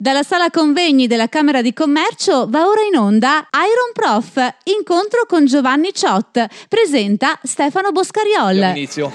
Dalla sala convegni della Camera di Commercio va ora in onda Iron Prof, incontro con Giovanni Ciot. Presenta Stefano Boscariol. Inizio.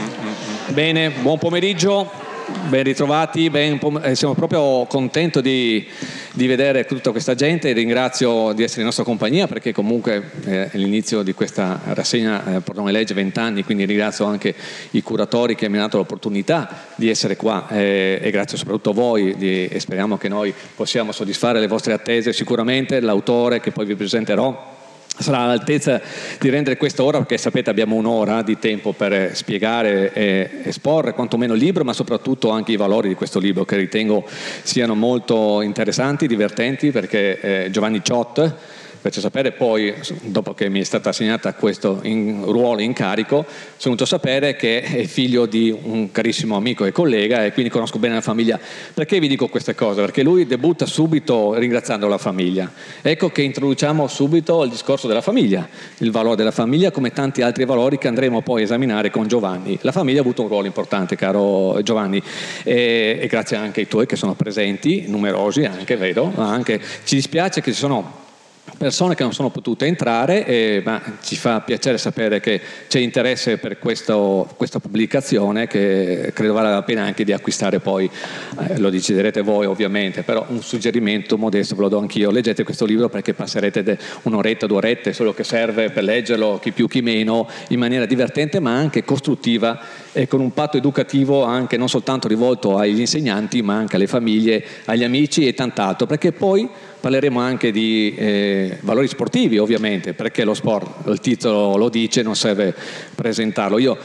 Bene, buon pomeriggio, ben ritrovati, siamo proprio contento di vedere tutta questa gente e ringrazio di essere in nostra compagnia perché comunque è l'inizio di questa rassegna Portone Legge 20 anni, quindi ringrazio anche i curatori che mi hanno dato l'opportunità di essere qua e grazie soprattutto a voi e speriamo che noi possiamo soddisfare le vostre attese. Sicuramente l'autore che poi vi presenterò sarà all'altezza di rendere questa ora, perché sapete abbiamo un'ora di tempo per spiegare e esporre quantomeno il libro, ma soprattutto anche i valori di questo libro che ritengo siano molto interessanti, divertenti, perché Giovanni Ciot, faccio sapere poi, dopo che mi è stata assegnata questo ruolo incarico, sono venuto a sapere che è figlio di un carissimo amico e collega e quindi conosco bene la famiglia. Perché vi dico queste cose? Perché lui debutta subito ringraziando la famiglia. Ecco che introduciamo subito il discorso della famiglia, il valore della famiglia come tanti altri valori che andremo poi a esaminare con Giovanni. La famiglia ha avuto un ruolo importante, caro Giovanni, e grazie anche ai tuoi che sono presenti, numerosi anche, vedo, ma anche ci dispiace che ci sono persone che non sono potute entrare, ma ci fa piacere sapere che c'è interesse per questa pubblicazione che credo valga la pena anche di acquistare poi, lo deciderete voi ovviamente, però un suggerimento modesto ve lo do anch'io: leggete questo libro perché passerete un'oretta, 2 orette, solo che serve per leggerlo, chi più chi meno, in maniera divertente ma anche costruttiva e con un patto educativo anche non soltanto rivolto agli insegnanti ma anche alle famiglie, agli amici e tant'altro, perché poi parleremo anche di valori sportivi ovviamente, perché lo sport, il titolo lo dice, non serve presentarlo. Io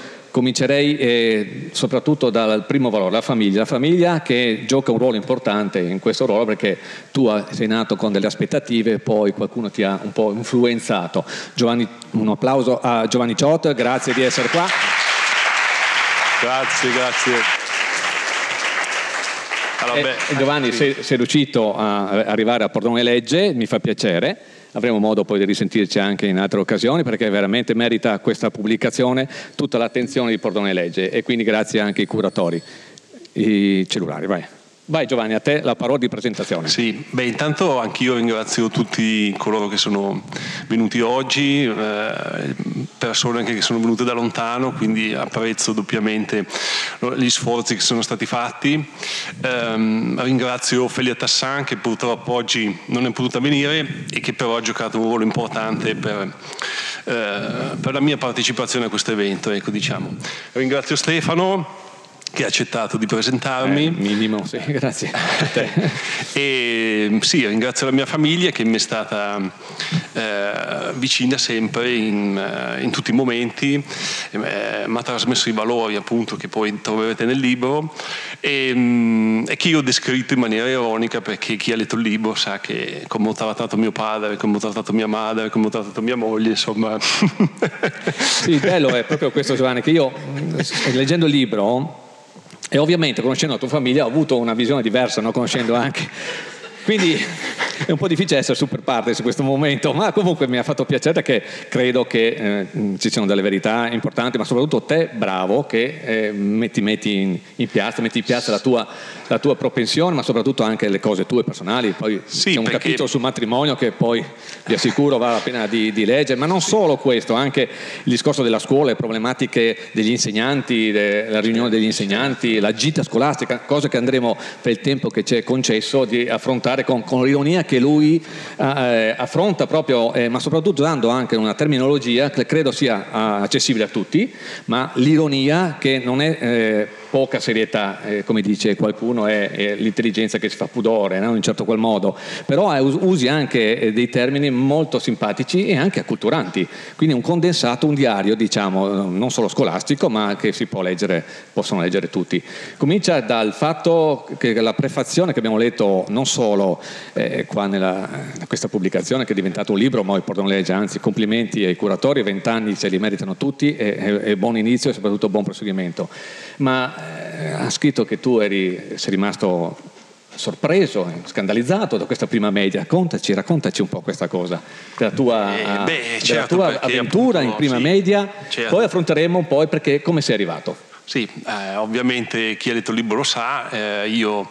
comincerei soprattutto dal primo valore, la famiglia che gioca un ruolo importante in questo ruolo, perché tu sei nato con delle aspettative e poi qualcuno ti ha un po' influenzato. Giovanni, un applauso a Giovanni Ciot, grazie di essere qua. Grazie. Allora, Giovanni, sei riuscito a arrivare a Portone Legge, mi fa piacere, avremo modo poi di risentirci anche in altre occasioni perché veramente merita questa pubblicazione tutta l'attenzione di Portone Legge e quindi grazie anche ai curatori. I cellulari, vai Giovanni, a te la parola di presentazione. Sì, intanto anch'io ringrazio tutti coloro che sono venuti oggi, persone anche che sono venute da lontano, quindi apprezzo doppiamente gli sforzi che sono stati fatti. Ringrazio Ophelia Tassan che purtroppo oggi non è potuta venire e che però ha giocato un ruolo importante per la mia partecipazione a questo evento. Ecco, diciamo. Ringrazio Stefano che ha accettato di presentarmi. Minimo, sì, grazie a te. E sì, ringrazio la mia famiglia che mi è stata vicina sempre in tutti i momenti, mi ha trasmesso i valori appunto che poi troverete nel libro e che io ho descritto in maniera ironica, perché chi ha letto il libro sa che come ho trattato mio padre, come ho trattato mia madre, come ho trattato mia moglie, insomma. Sì, il bello è proprio questo, Giovanni, che io leggendo il libro e ovviamente conoscendo la tua famiglia ho avuto una visione diversa, no? Conoscendo anche, quindi è un po' difficile essere super parte su questo momento, ma comunque mi ha fatto piacere perché credo che ci siano delle verità importanti, ma soprattutto te bravo che metti in piazza la tua propensione, ma soprattutto anche le cose tue personali. Poi sì, c'è un capitolo sul matrimonio che poi vi assicuro vale la pena di leggere, ma non solo questo, anche il discorso della scuola, le problematiche degli insegnanti, la riunione degli insegnanti, la gita scolastica, cose che andremo per il tempo che ci è concesso di affrontare con l'ironia che lui affronta proprio, ma soprattutto dando anche una terminologia che credo sia accessibile a tutti, ma l'ironia che non è poca serietà, come dice qualcuno, è l'intelligenza che si fa pudore, no? In un certo qual modo, però usi anche dei termini molto simpatici e anche acculturanti, quindi un condensato, un diario, diciamo, non solo scolastico, ma che si possono leggere tutti. Comincia dal fatto che la prefazione che abbiamo letto non solo qua questa pubblicazione che è diventato un libro, ma poi Portone Legge, anzi complimenti ai curatori, 20 anni se li meritano tutti e buon inizio e soprattutto buon proseguimento. Ma ha scritto che tu sei rimasto sorpreso, scandalizzato da questa prima media. Raccontaci un po' questa cosa, della tua avventura in prima media, certo. Poi affronteremo un po' perché come sei arrivato. Sì, ovviamente chi ha letto il libro lo sa, io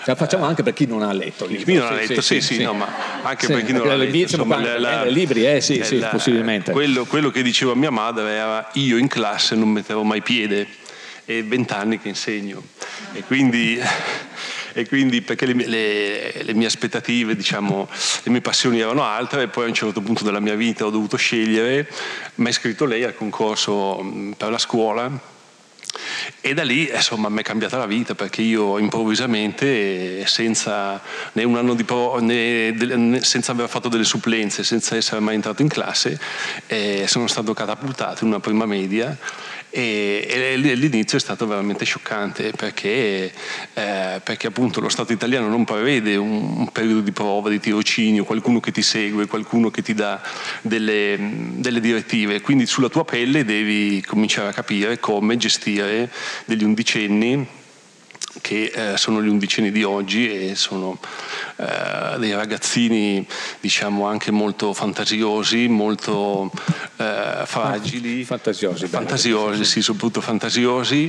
La facciamo anche per chi non ha letto il libro. Chi non ha letto, sì. No, ma anche per chi non ha letto. Insomma, libri, possibilmente. Quello che diceva mia madre era: io in classe non mettevo mai piede, e 20 anni che insegno. E quindi perché le mie aspettative, diciamo, le mie passioni erano altre, e poi a un certo punto della mia vita ho dovuto scegliere. Mi ha iscritto lei al concorso per la scuola, e da lì insomma mi è cambiata la vita, perché io improvvisamente, senza né un anno di senza aver fatto delle supplenze, senza essere mai entrato in classe, sono stato catapultato in una prima media. E l'inizio è stato veramente scioccante, perché appunto lo Stato italiano non prevede un periodo di prova, di tirocinio, qualcuno che ti segue, qualcuno che ti dà delle direttive. Quindi sulla tua pelle devi cominciare a capire come gestire degli undicenni, che sono gli undicenni di oggi, e sono dei ragazzini, diciamo, anche molto fantasiosi, molto fragili, fantasiosi, sì, soprattutto fantasiosi,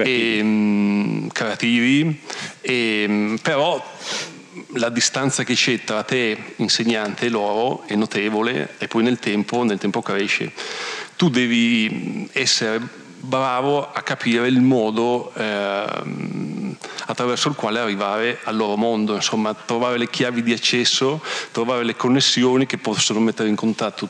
creativi, però la distanza che c'è tra te, insegnante, e loro è notevole, e poi nel tempo cresce. Tu devi essere bravo a capire il modo attraverso il quale arrivare al loro mondo, insomma, trovare le chiavi di accesso, trovare le connessioni che possono mettere in contatto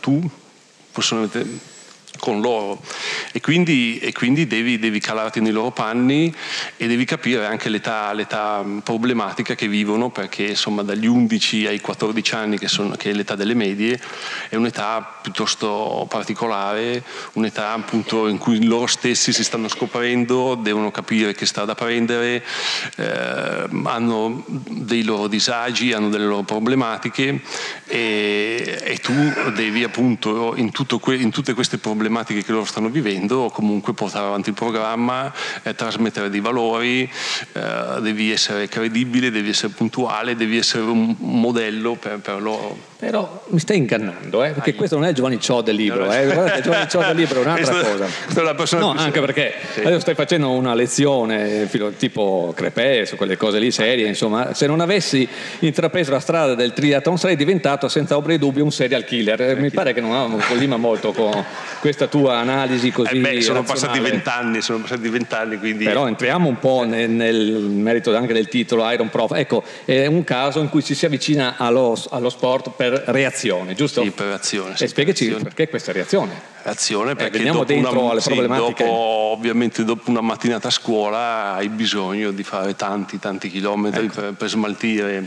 con loro, e quindi devi calarti nei loro panni, e devi capire anche l'età problematica che vivono, perché insomma dagli 11 ai 14 anni, che è l'età delle medie, è un'età piuttosto particolare, un'età appunto in cui loro stessi si stanno scoprendo, devono capire che strada prendere, hanno dei loro disagi, hanno delle loro problematiche, e tu devi appunto in tutte queste problematiche che loro stanno vivendo comunque portare avanti il programma, trasmettere dei valori, devi essere credibile, devi essere puntuale, devi essere un modello per loro. Però mi stai ingannando, perché questo non è Giovanni Ciò del libro, Giovanni Ciò del libro è un'altra cosa. Questa è una persona anche perché adesso stai facendo una lezione tipo Crepè, su quelle cose lì serie, insomma. Se non avessi intrapreso la strada del triathlon sarei diventato senza ombra di dubbio un serial killer. Mi pare che non collima molto con questa tua analisi così sono passati 20 anni, quindi... Però entriamo un po' nel merito anche del titolo Iron Prof. Ecco, è un caso in cui ci si avvicina allo sport per reazione, giusto? Sì, per reazione. E spiegaci perché questa reazione. Perché ovviamente dopo una mattinata a scuola hai bisogno di fare tanti chilometri, ecco, per smaltire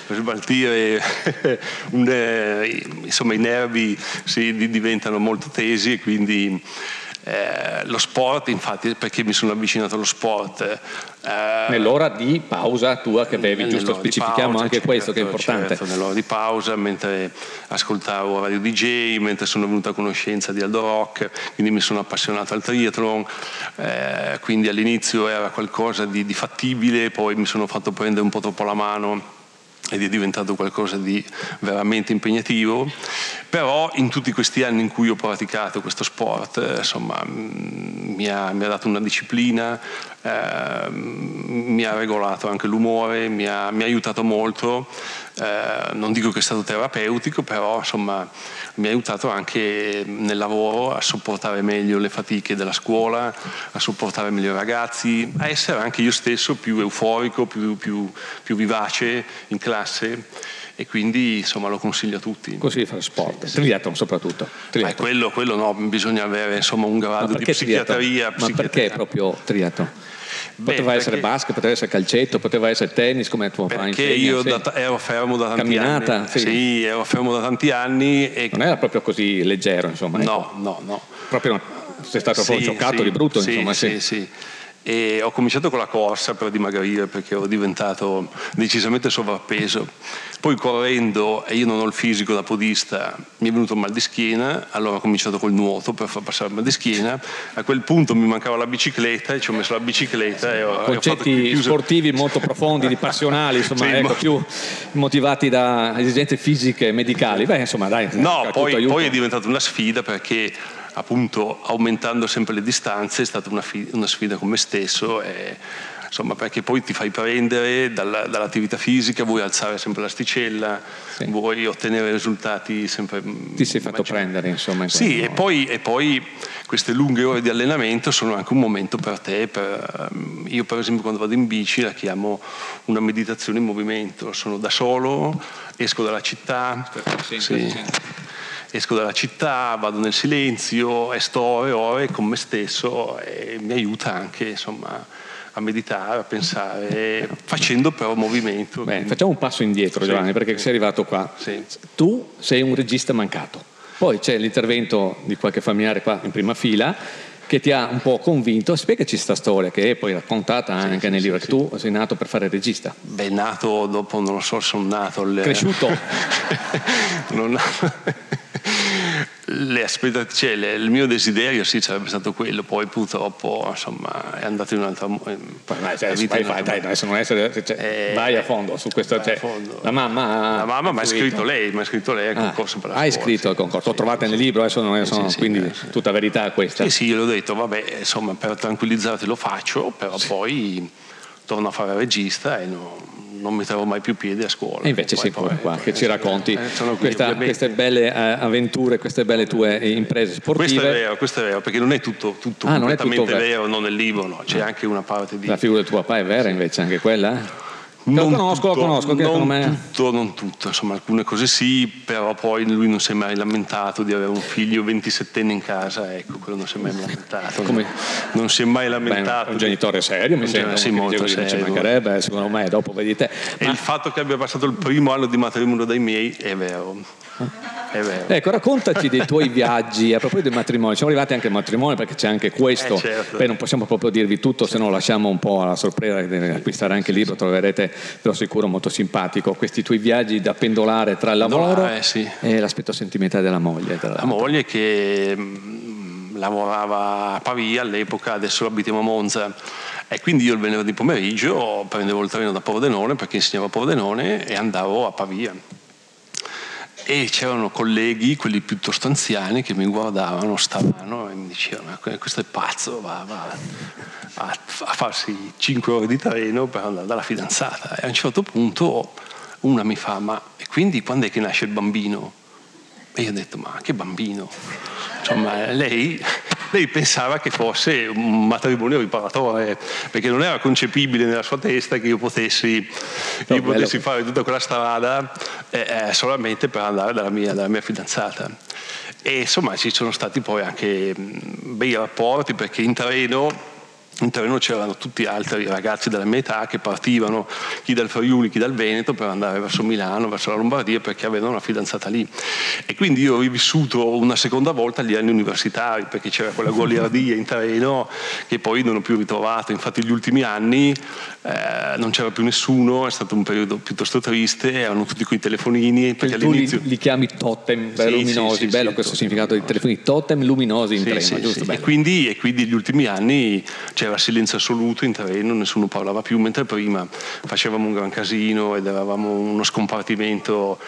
insomma i nervi diventano molto tesi, e quindi lo sport, infatti, perché mi sono avvicinato allo sport nell'ora di pausa tua che avevi, giusto? Specifichiamo pausa, anche questo che è importante. Certo, nell'ora di pausa, mentre ascoltavo Radio DJ, mentre sono venuto a conoscenza di Aldo Rock, quindi mi sono appassionato al triathlon, quindi all'inizio era qualcosa di fattibile, poi mi sono fatto prendere un po' troppo la mano ed è diventato qualcosa di veramente impegnativo. Però in tutti questi anni in cui ho praticato questo sport, insomma, mi ha dato una disciplina, mi ha regolato anche l'umore, mi ha aiutato molto. Non dico che è stato terapeutico, però insomma mi ha aiutato anche nel lavoro a sopportare meglio le fatiche della scuola, a sopportare meglio i ragazzi, a essere anche io stesso più euforico, più vivace in classe. E quindi insomma lo consiglio a tutti. Così fare sport, triathlon soprattutto. Quello no, bisogna avere insomma un grado di psichiatria. Ma perché proprio triathlon? Poteva essere basket, poteva essere calcetto, poteva essere tennis, come tuo padre. Perché io ero fermo da tanti anni. Sì, ero fermo da tanti anni. E... non era proprio così leggero, insomma. No. Proprio sei stato proprio scioccato di brutto, insomma. Sì. E ho cominciato con la corsa per dimagrire, perché ero diventato decisamente sovrappeso. Poi correndo, e io non ho il fisico da podista, mi è venuto il mal di schiena, allora ho cominciato col nuoto per far passare il mal di schiena. A quel punto mi mancava la bicicletta e ci ho messo la bicicletta e ho concetti sportivi molto profondi, passionali, insomma, sì, più motivati da esigenze fisiche, medicali. Beh, insomma, dai. No, poi è diventata una sfida, perché appunto aumentando sempre le distanze è stata una sfida con me stesso, e insomma, perché poi ti fai prendere dall'attività fisica, vuoi alzare sempre l'asticella, vuoi ottenere risultati sempre. Ti sei fatto prendere, insomma. Sì, e poi queste lunghe ore di allenamento sono anche un momento per te. Io per esempio quando vado in bici la chiamo una meditazione in movimento, sono da solo, esco dalla città, esco dalla città, vado nel silenzio e sto ore con me stesso, e mi aiuta anche, insomma, a meditare, a pensare, facendo però movimento. Bene, facciamo un passo indietro, Giovanni, perché sei arrivato qua. Sì. Tu sei un regista mancato, poi c'è l'intervento di qualche familiare qua in prima fila che ti ha un po' convinto. Spiegaci questa storia che è poi raccontata anche nel libro, che tu sei nato per fare il regista. Beh, nato dopo, non lo so, sono nato... Cresciuto? Le aspettative, il mio desiderio sì sarebbe stato quello, poi purtroppo insomma è andato in un'altra dai, adesso non essere, vai a fondo su questo. La mamma mi ha scritto lei al concorso per la hai scuola, scritto al concorso, lo trovate nel libro, adesso non sono, quindi tutta verità questa. Sì, io le ho detto vabbè, insomma, per tranquillizzarti lo faccio, però poi torno a fare il regista e non mettevo mai più piedi a scuola. E invece sei pure qua che ci racconti queste belle avventure, queste belle tue imprese sportive. Questo è vero, perché non è tutto completamente vero, non nel libro, no. C'è anche una parte di... La figura del tuo papà è vera invece, anche quella? Non tutto, insomma, alcune cose sì, però poi lui non si è mai lamentato di avere un figlio 27enne in casa, ecco, quello non si è mai lamentato. Non si è mai lamentato. Un genitore serio, mi sembra, sì, molto serio. Ci mancherebbe, secondo me, dopo vedi te. E il fatto che abbia passato il primo anno di matrimonio dai miei è vero. È vero. Ecco, raccontaci dei tuoi viaggi a proposito del matrimonio. Siamo arrivati anche al matrimonio perché c'è anche questo. Certo. Beh, non possiamo proprio dirvi tutto, se no lasciamo un po' alla sorpresa di acquistare anche il libro, troverete, ve lo assicuro, molto simpatico questi tuoi viaggi da pendolare tra il lavoro e l'aspetto sentimentale della moglie. La moglie che lavorava a Pavia all'epoca, adesso abitiamo a Monza, e quindi io il venerdì pomeriggio prendevo il treno da Pordenone perché insegnavo a Pordenone e andavo a Pavia. E c'erano colleghi, quelli piuttosto anziani, che mi guardavano, stavano e mi dicevano: questo è pazzo, va a farsi 5 ore di treno per andare dalla fidanzata. E a un certo punto una mi fa: ma e quindi quando è che nasce il bambino? E io ho detto: ma che bambino? Insomma, lei pensava che fosse un matrimonio riparatore, perché non era concepibile nella sua testa che io potessi fare tutta quella strada solamente per andare dalla mia fidanzata. E insomma ci sono stati poi anche bei rapporti, perché in treno c'erano tutti altri ragazzi della mia età che partivano, chi dal Friuli, chi dal Veneto, per andare verso Milano, verso la Lombardia, perché avevano una fidanzata lì. E quindi io ho rivissuto una seconda volta gli anni universitari, perché c'era quella goliardia in treno che poi non ho più ritrovato. Infatti gli ultimi anni non c'era più nessuno, è stato un periodo piuttosto triste, erano tutti coi telefonini, perché all'inizio li chiami totem luminosi, bello questo significato di telefoni, totem luminosi in treno, giusto? E quindi gli ultimi anni c'era silenzio assoluto in treno, nessuno parlava più, mentre prima facevamo un gran casino ed eravamo uno scompartimento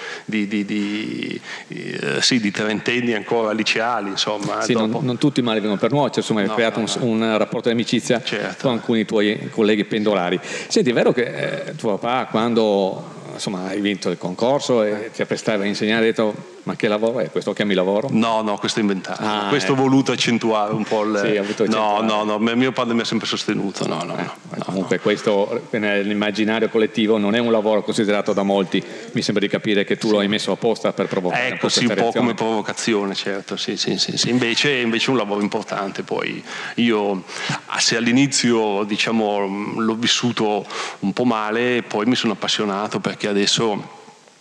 di trentenni ancora liceali, insomma. Sì, non tutti i mali vengono per nuocere, insomma, hai creato un rapporto di amicizia con alcuni tuoi colleghi pendolari. Senti, è vero che tuo papà, quando insomma hai vinto il concorso e ti apprestavi a insegnare, hai detto: ma che lavoro è questo? Lo chiami lavoro? No, questo è inventato. Questo ho voluto accentuare un po' No, mio padre mi ha sempre sostenuto. Comunque questo nell'immaginario collettivo non è un lavoro considerato da molti, mi sembra di capire che tu lo hai messo apposta per provocare. Ecco, sì, un po' come provocazione, certo, sì. Invece è un lavoro importante. Poi io, se all'inizio diciamo l'ho vissuto un po' male, poi mi sono appassionato, perché adesso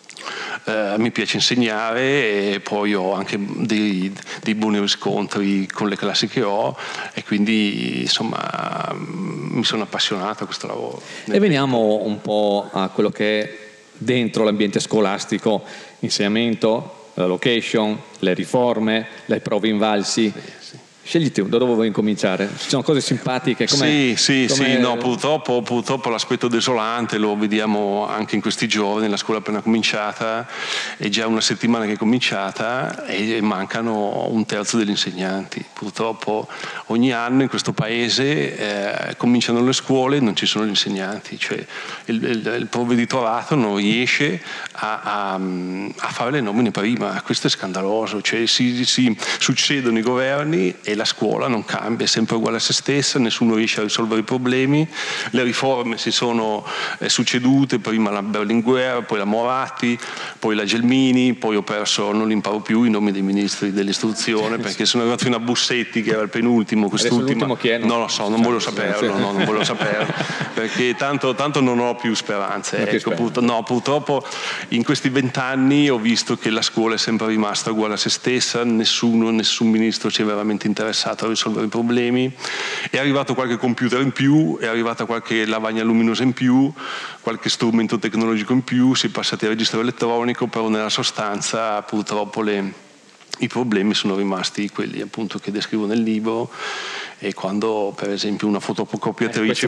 mi piace insegnare e poi ho anche dei buoni riscontri con le classi che ho, e quindi insomma mi sono appassionato a questo lavoro. E veniamo un po' a quello che è dentro l'ambiente scolastico: insegnamento, la location, le riforme, le prove invalsi. Scegli tu, da dove vuoi incominciare? Ci sono cose simpatiche. Sì, no, purtroppo l'aspetto desolante lo vediamo anche in questi giorni. La scuola è appena cominciata, è già una settimana che è cominciata e mancano un terzo degli insegnanti. Purtroppo ogni anno in questo paese cominciano le scuole e non ci sono gli insegnanti, cioè il provveditorato non riesce a fare le nomine prima. Questo è scandaloso, cioè si succedono i governi e la scuola non cambia, è sempre uguale a se stessa, nessuno riesce a risolvere i problemi, le riforme si sono succedute, prima la Berlinguer, poi la Moratti, poi la Gelmini, poi ho perso, non li imparo più i nomi dei ministri dell'istruzione perché sono arrivato fino a Bussetti che era il penultimo, quest'ultimo chi è? Non lo so, non voglio saperlo, non voglio saperlo perché tanto non ho più speranze. Purtroppo in questi 20 anni ho visto che la scuola è sempre rimasta uguale a se stessa, nessun ministro ci è veramente interessato a risolvere i problemi. È arrivato qualche computer in più, è arrivata qualche lavagna luminosa in più, qualche strumento tecnologico in più, si è passati al registro elettronico, però nella sostanza purtroppo i problemi sono rimasti quelli appunto che descrivo nel libro. E quando per esempio una fotocopiatrice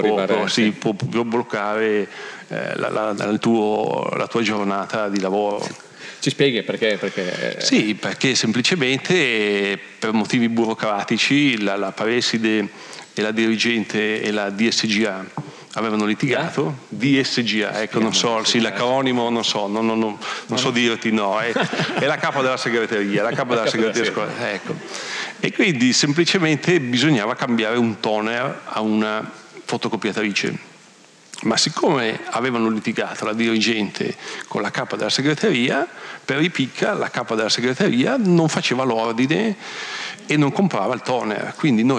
può bloccare la tua giornata di lavoro. Ci spieghi perché? Sì, perché semplicemente per motivi burocratici la preside e la dirigente e la DSGA avevano litigato. DSGA, ecco, non so, sì, l'acronimo non so dirti, no, è la capa della segreteria, scolare, ecco. E quindi semplicemente bisognava cambiare un toner a una fotocopiatrice. Ma siccome avevano litigato la dirigente con la capa della segreteria, per ripicca la capa della segreteria non faceva l'ordine e non comprava il toner. Quindi noi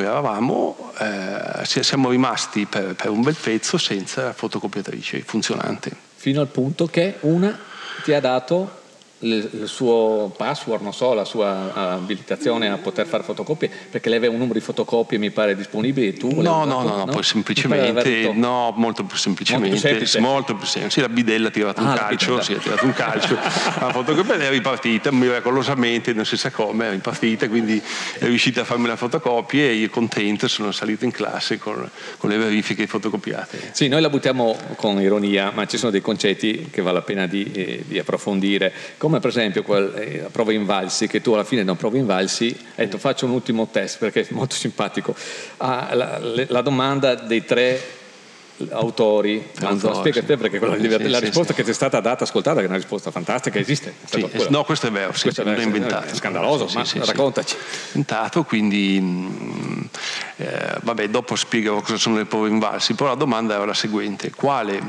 siamo rimasti per un bel pezzo senza fotocopiatrice funzionante. Fino al punto che una ti ha dato il suo password, non so, la sua abilitazione a poter fare fotocopie, perché lei aveva un numero di fotocopie mi pare disponibili e tu no, poi semplicemente molto più semplicemente, molto più semplice. Sì, la bidella ha tirato un calcio, la fotocopia è ripartita miracolosamente, non si sa come è ripartita, quindi è riuscita a farmi la fotocopia e io contento sono salito in classe con le verifiche fotocopiate. Sì, noi la buttiamo con ironia, ma ci sono dei concetti che vale la pena di approfondire, come per esempio la prova Invalsi, che tu alla fine non provi Invalsi, hai detto faccio un ultimo test perché è molto simpatico. La domanda dei 3 autori, spiega te perché la risposta che ti è stata data, ascoltata, che è una risposta fantastica, esiste? No, questo è vero, non è inventato. È scandaloso, raccontaci. Inventato, quindi dopo spiegherò cosa sono le prove Invalsi, però la domanda era la seguente: quale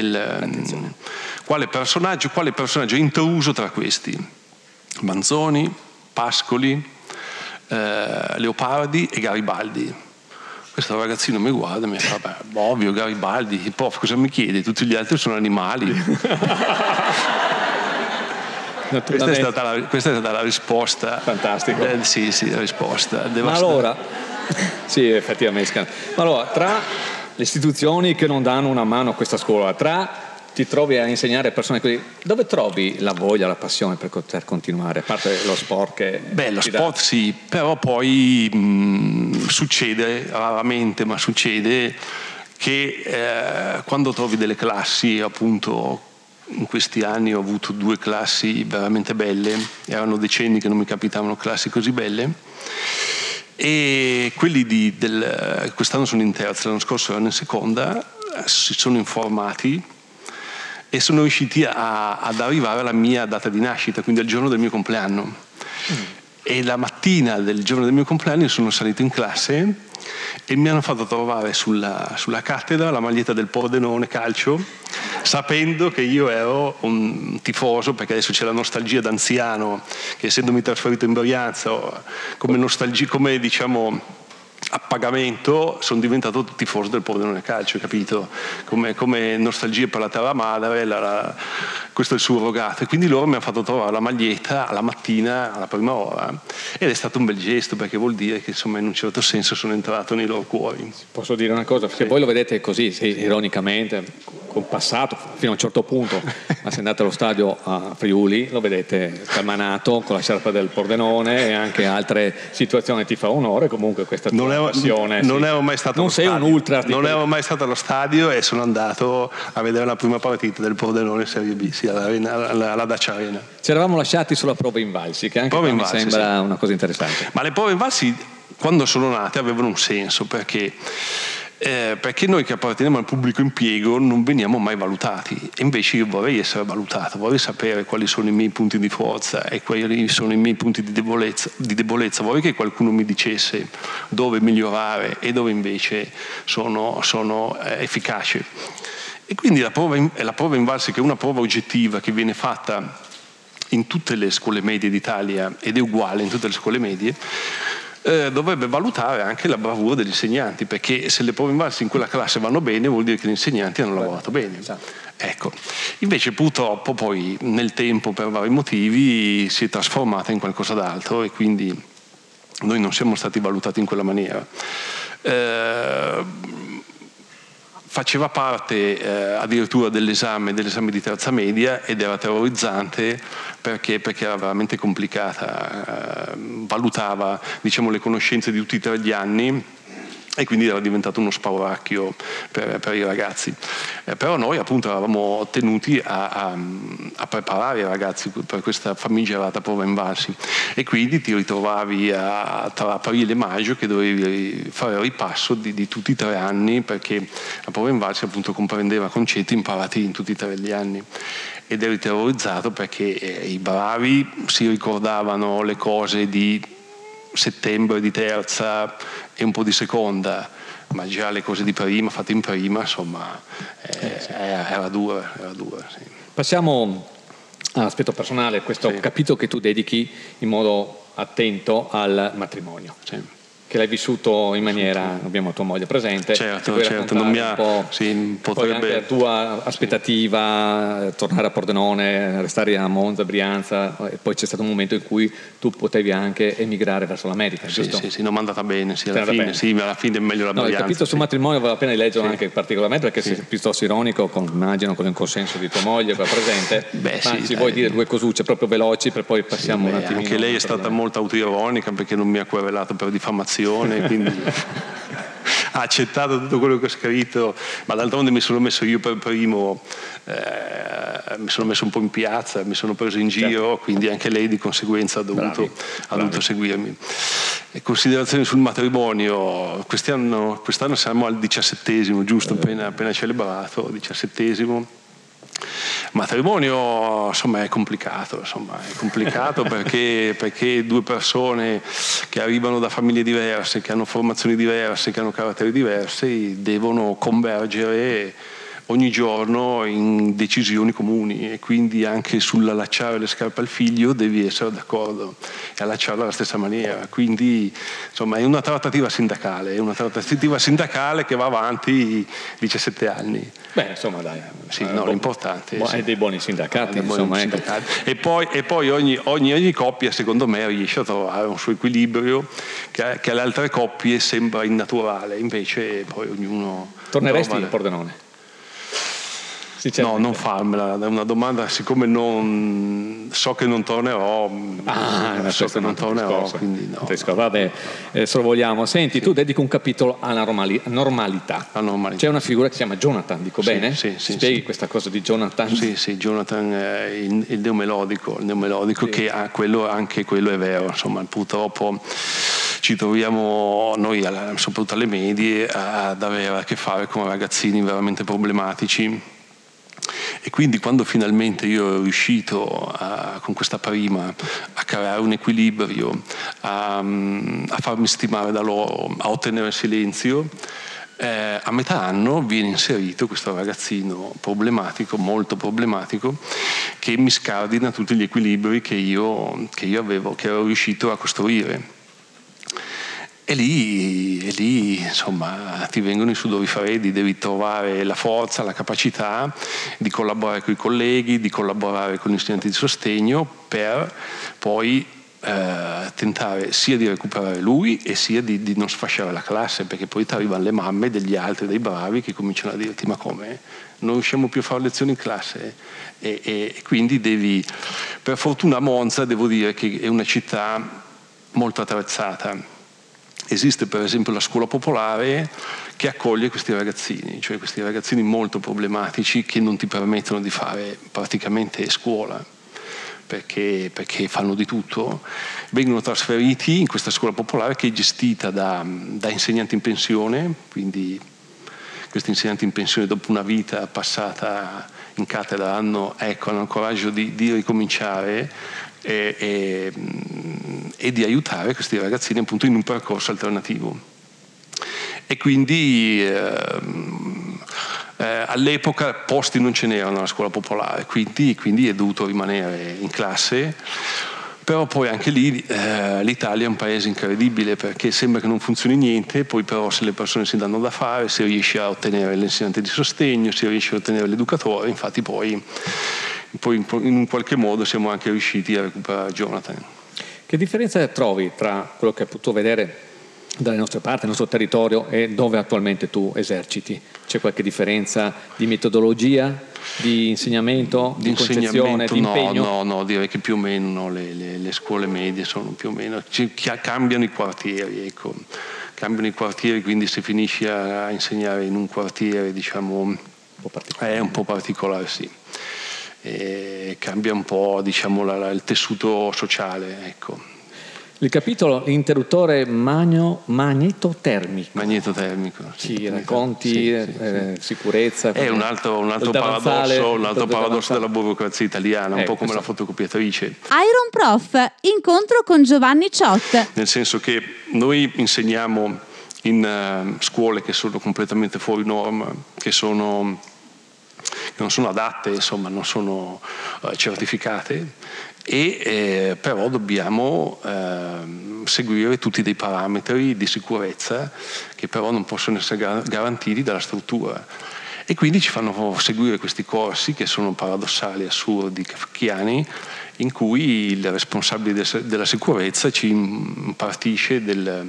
personaggio è intruso tra questi? Manzoni, Pascoli, Leopardi e Garibaldi. Questo ragazzino mi guarda e mi fa: ovvio, Garibaldi, il prof cosa mi chiede? Tutti gli altri sono animali. Questa è stata la risposta. Fantastico. Sì, la risposta. Ma allora, sì, effettivamente. Ma allora, tra le istituzioni che non danno una mano a questa scuola, ti trovi a insegnare persone così, dove trovi la voglia, la passione per poter continuare, a parte lo sport che lo sport sì, però poi succede raramente, ma succede che quando trovi delle classi, appunto in questi anni ho avuto 2 classi veramente belle, erano decenni che non mi capitavano classi così belle, e quelli quest'anno sono in terza, l'anno scorso erano in seconda, si sono informati e sono riusciti ad arrivare alla mia data di nascita, quindi al giorno del mio compleanno. E la mattina del giorno del mio compleanno sono salito in classe e mi hanno fatto trovare sulla cattedra la maglietta del Pordenone calcio, sapendo che io ero un tifoso, perché adesso c'è la nostalgia d'anziano, che essendomi trasferito in Brianza, come nostalgia, come diciamo a pagamento, sono diventato tifoso del Pordenone calcio, capito? Come nostalgia per la terra madre, questo è il surrogato. E quindi loro mi hanno fatto trovare la maglietta alla mattina, alla prima ora, ed è stato un bel gesto, perché vuol dire che insomma in un certo senso sono entrato nei loro cuori. Posso dire una cosa? Perché voi lo vedete così, ironicamente, passato fino a un certo punto, ma se andate allo stadio a Friuli lo vedete scalmanato con la sciarpa del Pordenone e anche altre situazioni. Ti fa onore comunque questa tua passione. Non ero mai stato non sei un ultra, non ero mai stato allo stadio e sono andato a vedere la prima partita del Pordenone Serie B, sì, alla Dacia Arena. Ci eravamo lasciati sulla prova invalsi, che anche mi sembra una cosa interessante. Ma le prove invalsi, quando sono nate, avevano un senso, perché noi che apparteniamo al pubblico impiego non veniamo mai valutati, e invece io vorrei essere valutato, vorrei sapere quali sono i miei punti di forza e quali sono i miei punti di debolezza, vorrei che qualcuno mi dicesse dove migliorare e dove invece sono efficace. E quindi la prova invalsi, che è una prova oggettiva che viene fatta in tutte le scuole medie d'Italia ed è uguale in tutte le scuole medie, dovrebbe valutare anche la bravura degli insegnanti, perché se le prove invalsi in quella classe vanno bene vuol dire che gli insegnanti hanno lavorato bene. Ecco, invece purtroppo poi nel tempo, per vari motivi, si è trasformata in qualcosa d'altro e quindi noi non siamo stati valutati in quella maniera. Faceva parte addirittura dell'esame di terza media ed era terrorizzante perché era veramente complicata, valutava, diciamo, le conoscenze di tutti e 3 gli anni e quindi era diventato uno spauracchio per i ragazzi. Però noi appunto eravamo tenuti a preparare i ragazzi per questa famigerata prova invalsi e quindi ti ritrovavi tra aprile e maggio che dovevi fare il ripasso di tutti i 3 anni, perché la prova invalsi appunto comprendeva concetti imparati in tutti e 3 gli anni. Ed eri terrorizzato perché i bravi si ricordavano le cose di settembre di terza e un po' di seconda, ma già le cose di prima, fatte in prima, insomma, era dura. Sì. Passiamo all'aspetto personale, questo capitolo che tu dedichi in modo attento al matrimonio. Sì. Che l'hai vissuto in maniera, abbiamo tua moglie presente, certo, non mi ha, poi anche la tua aspettativa, tornare a Pordenone, restare a Monza, Brianza, e poi c'è stato un momento in cui tu potevi anche emigrare verso l'America, giusto? Sì, non mi è andata bene, alla fine è meglio la Brianza. Il capitolo sul matrimonio vale la pena di leggere anche particolarmente perché sei piuttosto ironico, immagino con il consenso di tua moglie qua presente, ci vuoi dire 2 cosucce proprio veloci per poi passiamo un attimino. Anche lei è stata molto autoironica perché non mi ha querelato per diffamazione, quindi ha accettato tutto quello che ho scritto, ma d'altronde mi sono messo io per primo, mi sono messo un po' in piazza, mi sono preso in giro, quindi anche lei di conseguenza ha dovuto seguirmi. E considerazioni sul matrimonio: quest'anno siamo al 17°, giusto, appena celebrato, 17°. Matrimonio, insomma, è complicato perché 2 persone che arrivano da famiglie diverse, che hanno formazioni diverse, che hanno caratteri diversi, devono convergere ogni giorno in decisioni comuni, e quindi anche sull'allacciare le scarpe al figlio devi essere d'accordo e allacciarla alla stessa maniera. Quindi insomma è una trattativa sindacale che va avanti 17 anni. Beh, insomma, dai. L'importante è dei buoni sindacati, insomma. E poi ogni coppia, secondo me, riesce a trovare un suo equilibrio che alle altre coppie sembra innaturale, invece poi ognuno. Torneresti a Pordenone? No, non farmela, è una domanda, siccome so che non tornerò, quindi no. Vabbè, sorvoliamo. Senti, tu dedichi un capitolo alla normalità. C'è una figura che si chiama Jonathan, dico bene? Sì. Spieghi questa cosa di Jonathan? Sì, Jonathan è il neomelodico, che anche quello è vero, insomma, purtroppo ci troviamo noi, soprattutto alle medie, ad avere a che fare con ragazzini veramente problematici. E quindi quando finalmente io ero riuscito con questa prima a creare un equilibrio, a farmi stimare da loro, a ottenere il silenzio, a metà anno viene inserito questo ragazzino problematico, molto problematico, che mi scardina tutti gli equilibri che io ero riuscito a costruire. E lì, insomma, ti vengono i sudori freddi, devi trovare la forza, la capacità di collaborare con i colleghi, di collaborare con gli insegnanti di sostegno per poi tentare sia di recuperare lui e sia di non sfasciare la classe, perché poi ti arrivano le mamme degli altri, dei bravi, che cominciano a dirti: ma come? Non riusciamo più a fare lezioni in classe? E quindi per fortuna Monza, devo dire che è una città molto attrezzata. Esiste per esempio la scuola popolare che accoglie questi ragazzini, cioè questi ragazzini molto problematici che non ti permettono di fare praticamente scuola, perché fanno di tutto. Vengono trasferiti in questa scuola popolare che è gestita da insegnanti in pensione, quindi questi insegnanti in pensione, dopo una vita passata in cattedra, hanno il coraggio di ricominciare e di aiutare questi ragazzini appunto in un percorso alternativo. E quindi all'epoca posti non ce n'erano alla scuola popolare, quindi è dovuto rimanere in classe. Però poi anche lì l'Italia è un paese incredibile, perché sembra che non funzioni niente, poi però se le persone si danno da fare, si riesce a ottenere l'insegnante di sostegno, si riesce a ottenere l'educatore. Infatti poi in un qualche modo siamo anche riusciti a recuperare Jonathan. Che differenza trovi tra quello che hai potuto vedere dalle nostre parti, nel nostro territorio, e dove attualmente tu eserciti? C'è qualche differenza di metodologia, di insegnamento, di concezione, di impegno? No, direi che più o meno le scuole medie sono più o meno, cambiano i quartieri, ecco. Cambiano i quartieri, quindi se finisci a insegnare in un quartiere, diciamo, è un po' particolare, sì. Cambia un po', diciamo, il tessuto sociale, ecco. Il capitolo interruttore magnetotermico. Magnetotermico. Ci racconti sicurezza. È un altro paradosso della burocrazia italiana, un po' come la fotocopiatrice. Iron Prof, incontro con Giovanni Ciot. Nel senso che noi insegniamo in scuole che sono completamente fuori norma, che non sono adatte, insomma, non sono certificate, e però dobbiamo seguire tutti dei parametri di sicurezza che però non possono essere garantiti dalla struttura, e quindi ci fanno seguire questi corsi che sono paradossali, assurdi, kafkiani, in cui il responsabile della sicurezza ci impartisce delle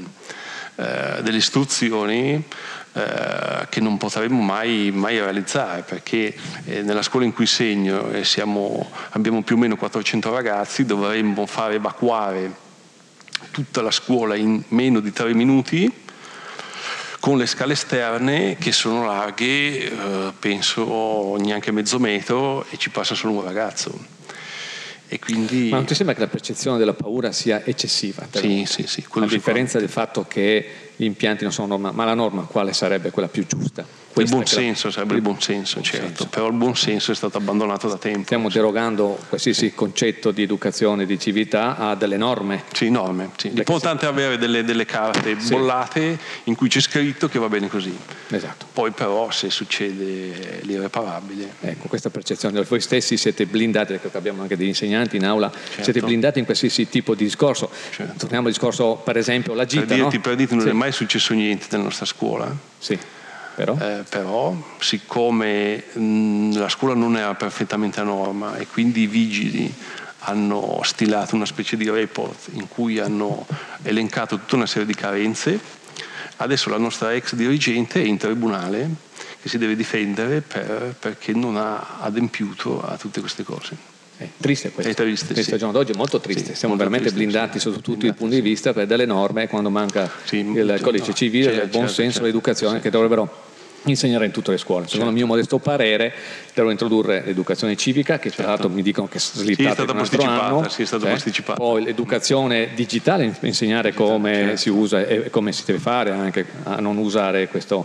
istruzioni che non potremmo mai realizzare, perché nella scuola in cui segno abbiamo più o meno 400 ragazzi, dovremmo fare evacuare tutta la scuola in meno di 3 minuti con le scale esterne che sono larghe penso neanche mezzo metro, e ci passa solo un ragazzo. E quindi... Ma non ti sembra che la percezione della paura sia eccessiva? Sì. A differenza del fatto che gli impianti non sono norma, ma la norma quale sarebbe quella più giusta? Il buon senso sarebbe il buon senso, certo, però il buon senso è stato abbandonato da tempo. Stiamo derogando qualsiasi concetto di educazione, di civiltà, a delle norme. Sì, norme. Sì. L'importante è avere delle carte bollate in cui c'è scritto che va bene così. Esatto. Poi però se succede l'irreparabile. Ecco, questa percezione. Voi stessi siete blindati, perché abbiamo anche degli insegnanti in aula, certo. Siete blindati in qualsiasi tipo di discorso. Certo. Torniamo al discorso, per esempio, la gita, per dirti, non è mai successo niente nella nostra scuola. Sì. Però siccome la scuola non era perfettamente a norma e quindi i vigili hanno stilato una specie di report in cui hanno elencato tutta una serie di carenze, adesso la nostra ex dirigente è in tribunale che si deve difendere perché non ha adempiuto a tutte queste cose. È triste questo. È triste, questa giornata d'oggi è molto triste. Sì, siamo molto veramente blindati sotto tutti i punti di vista per delle norme, quando manca il codice civile, il buon senso, l'educazione che dovrebbero insegnare in tutte le scuole. Secondo il mio modesto parere devono introdurre l'educazione civica, che tra l'altro mi dicono che è slittata in un altro anno, poi l'educazione digitale, insegnare come si usa e come si deve fare anche a non usare questa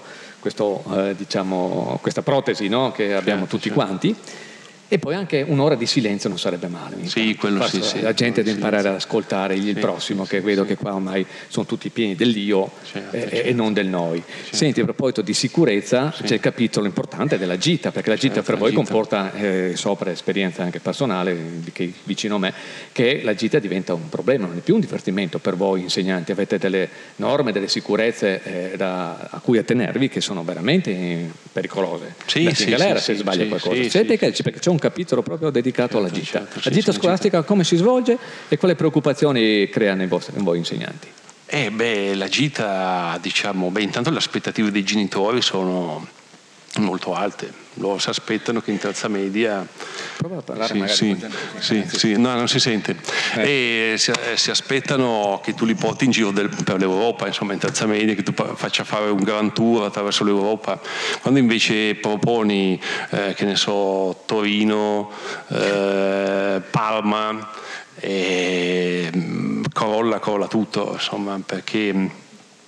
protesi, no? Che abbiamo tutti quanti. E poi anche un'ora di silenzio non sarebbe male. Sì, quello sì. La gente deve imparare ad ascoltare il prossimo, che vedo che qua ormai sono tutti pieni dell'io e non del noi. Senti, a proposito di sicurezza, c'è il capitolo importante della gita, perché la gita per voi comporta, sopra esperienza anche personale, che vicino a me, che la gita diventa un problema, non è più un divertimento per voi insegnanti, avete delle norme, delle sicurezze a cui attenervi che sono veramente pericolose. In galera se sbaglia qualcosa. Perché c'è un capitolo proprio dedicato alla gita. Certo, La gita scolastica come si svolge e quali preoccupazioni crea in voi insegnanti? La gita, diciamo, intanto le aspettative dei genitori sono molto alte. Loro si aspettano che in terza media prova a parlare magari no, non si sente. E si aspettano che tu li porti in giro per l'Europa, insomma, in terza media, che tu faccia fare un grand tour attraverso l'Europa, quando invece proponi che ne so, Torino, Parma, crolla tutto, insomma, perché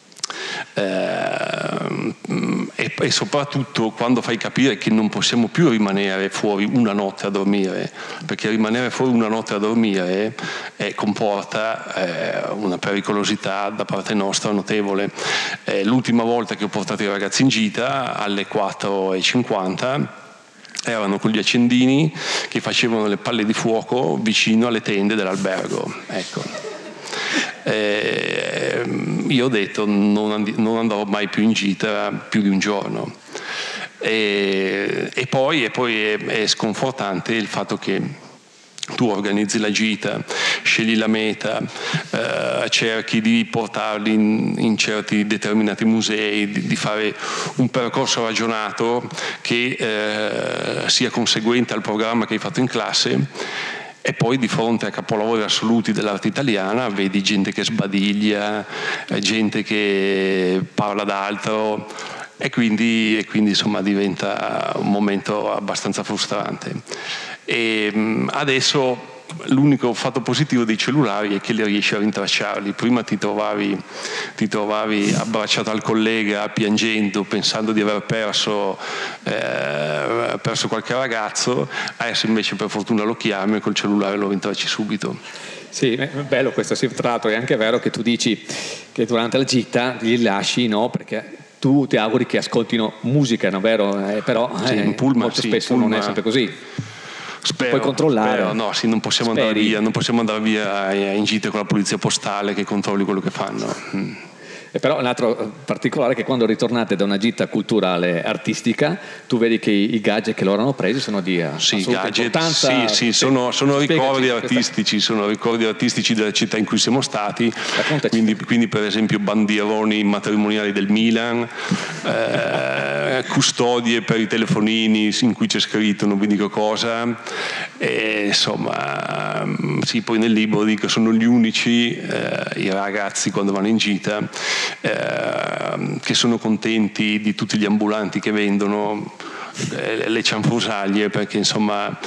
e soprattutto quando fai capire che non possiamo più rimanere fuori una notte a dormire, perché rimanere fuori una notte a dormire comporta una pericolosità da parte nostra notevole. L'ultima volta che ho portato i ragazzi in gita alle 4:50 erano con gli accendini che facevano le palle di fuoco vicino alle tende dell'albergo, ecco. Io ho detto non andrò mai più in gita più di un giorno, e poi è sconfortante il fatto che tu organizzi la gita, scegli la meta, cerchi di portarli in certi determinati musei, di fare un percorso ragionato che sia conseguente al programma che hai fatto in classe. E poi di fronte a capolavori assoluti dell'arte italiana vedi gente che sbadiglia, gente che parla d'altro, e quindi insomma diventa un momento abbastanza frustrante. E adesso l'unico fatto positivo dei cellulari è che li riesci a rintracciarli. Prima ti trovavi abbracciato al collega piangendo, pensando di aver perso qualche ragazzo. Adesso invece per fortuna lo chiami e col cellulare lo rintracci subito. Sì, è bello questo. Tra l'altro è anche vero che tu dici che durante la gita li lasci, no? Perché tu ti auguri che ascoltino musica, no? Vero? Però molto spesso non è sempre così. Puoi controllare. No, sì, non possiamo andare via in gita con la polizia postale che controlli quello che fanno. E però un altro particolare è che quando ritornate da una gita culturale artistica tu vedi che i gadget che loro hanno presi sono di assoluta importanza. Sì, sono ricordi artistici della città in cui siamo stati, quindi per esempio bandieroni matrimoniali del Milan, custodie per i telefonini in cui c'è scritto non vi dico cosa, e insomma sì, poi nel libro dico sono gli unici i ragazzi quando vanno in gita che sono contenti di tutti gli ambulanti che vendono le cianfrusaglie, perché insomma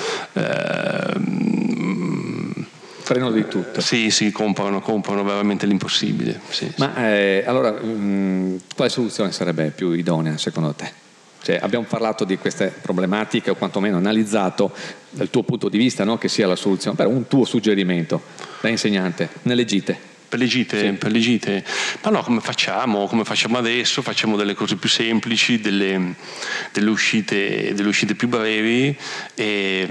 prendono di tutto. Sì, comprano veramente l'impossibile. Sì. Ma allora quale soluzione sarebbe più idonea secondo te? Cioè, abbiamo parlato di queste problematiche, o quantomeno analizzato dal tuo punto di vista, no? Che sia la soluzione, però un tuo suggerimento da insegnante nelle gite. Per le gite, ma no, come facciamo adesso? Facciamo delle cose più semplici, delle uscite più brevi, e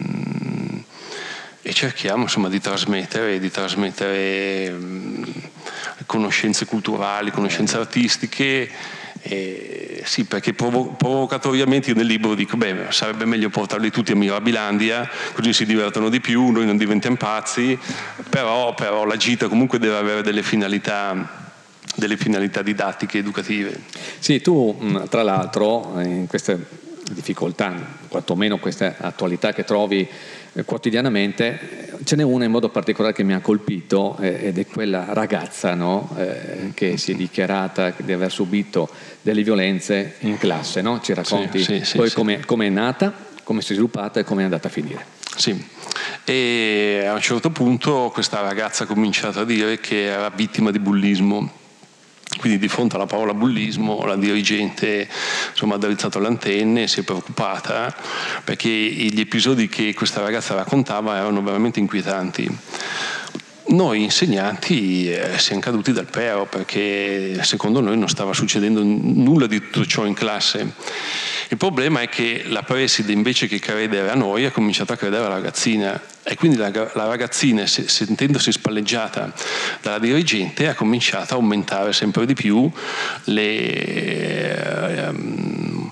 cerchiamo insomma di trasmettere conoscenze culturali, conoscenze artistiche. Sì, perché provocatoriamente io nel libro dico sarebbe meglio portarli tutti a Mirabilandia, così si divertono di più, noi non diventiamo pazzi, però la gita comunque deve avere delle finalità didattiche, educative. Sì, tu tra l'altro in queste difficoltà, quantomeno queste attualità che trovi quotidianamente, ce n'è una in modo particolare che mi ha colpito, ed è quella ragazza, no? Che si è dichiarata di aver subito delle violenze in classe, no? Ci racconti poi come è nata, come si è sviluppata e come è andata a finire. Sì, e a un certo punto questa ragazza ha cominciato a dire che era vittima di bullismo. Quindi di fronte alla parola bullismo la dirigente insomma ha drizzato le antenne, si è preoccupata, perché gli episodi che questa ragazza raccontava erano veramente inquietanti. Noi insegnanti siamo caduti dal pero, perché secondo noi non stava succedendo nulla di tutto ciò in classe. Il problema è che la preside, invece che credere a noi, ha cominciato a credere alla ragazzina, e quindi la ragazzina, sentendosi spalleggiata dalla dirigente, ha cominciato a aumentare sempre di più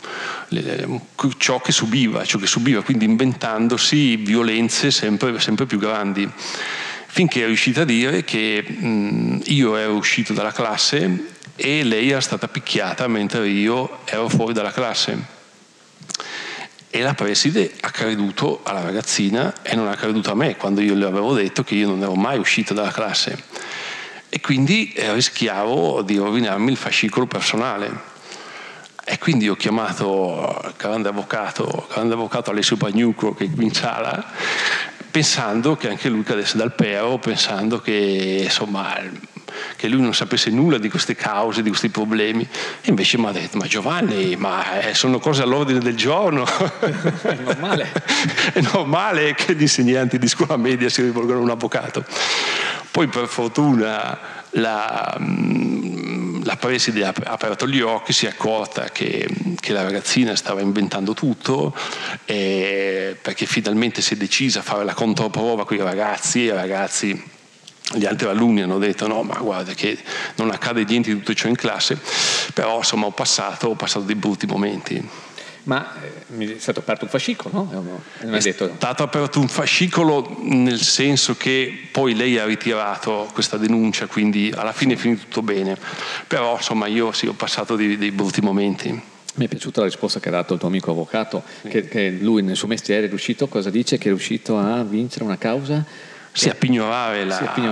ciò che subiva, quindi inventandosi violenze sempre più grandi, finché è riuscita a dire che io ero uscito dalla classe e lei era stata picchiata mentre io ero fuori dalla classe. E la preside ha creduto alla ragazzina e non ha creduto a me quando io le avevo detto che io non ero mai uscito dalla classe, e quindi rischiavo di rovinarmi il fascicolo personale. E quindi ho chiamato il grande avvocato Alessio Pagnucco, che è qui in sala, pensando che anche lui cadesse dal pero, pensando che insomma che lui non sapesse nulla di queste cause, di questi problemi. E invece mi ha detto: ma Giovanni, sono cose all'ordine del giorno. È normale. È normale che gli insegnanti di scuola media si rivolgano a un avvocato. Poi per fortuna la preside ha aperto gli occhi, si è accorta che la ragazzina stava inventando tutto, perché finalmente si è decisa a fare la controprova con i ragazzi, e i ragazzi, gli altri alunni hanno detto: no, ma guarda che non accade niente di tutto ciò in classe. Però insomma ho passato dei brutti momenti. Ma è stato aperto un fascicolo, no? È stato aperto un fascicolo, nel senso che poi lei ha ritirato questa denuncia, quindi alla fine è finito tutto bene. Però insomma io sì, ho passato dei brutti momenti. Mi è piaciuta la risposta che ha dato il tuo amico avvocato, che lui nel suo mestiere è riuscito, cosa dice? Che è riuscito a vincere una causa? Sì, a pignorare